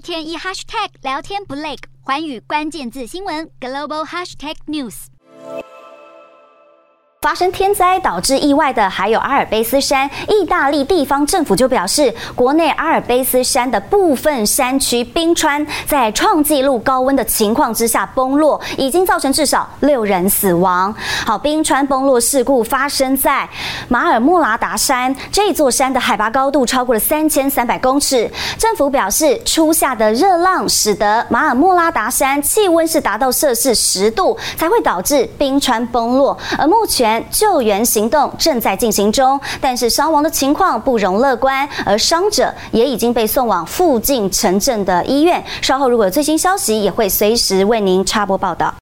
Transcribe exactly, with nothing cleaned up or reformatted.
天一 hashtag 聊天不累，寰宇关键字新闻 global hashtag news。 发生天灾导致意外的还有阿尔卑斯山，意大利地方政府就表示，国内阿尔卑斯山的部分山区冰川在创纪录高温的情况之下崩落，已经造成至少六人死亡。好，冰川崩落事故发生在马尔莫拉达山，这座山的海拔高度超过了三千三百公尺。政府表示，初夏的热浪使得马尔莫拉达山气温是达到摄氏十度，才会导致冰川崩落，而目前救援行动正在进行中，但是伤亡的情况不容乐观，而伤者也已经被送往附近城镇的医院。稍后如果有最新消息，也会随时为您插播报道。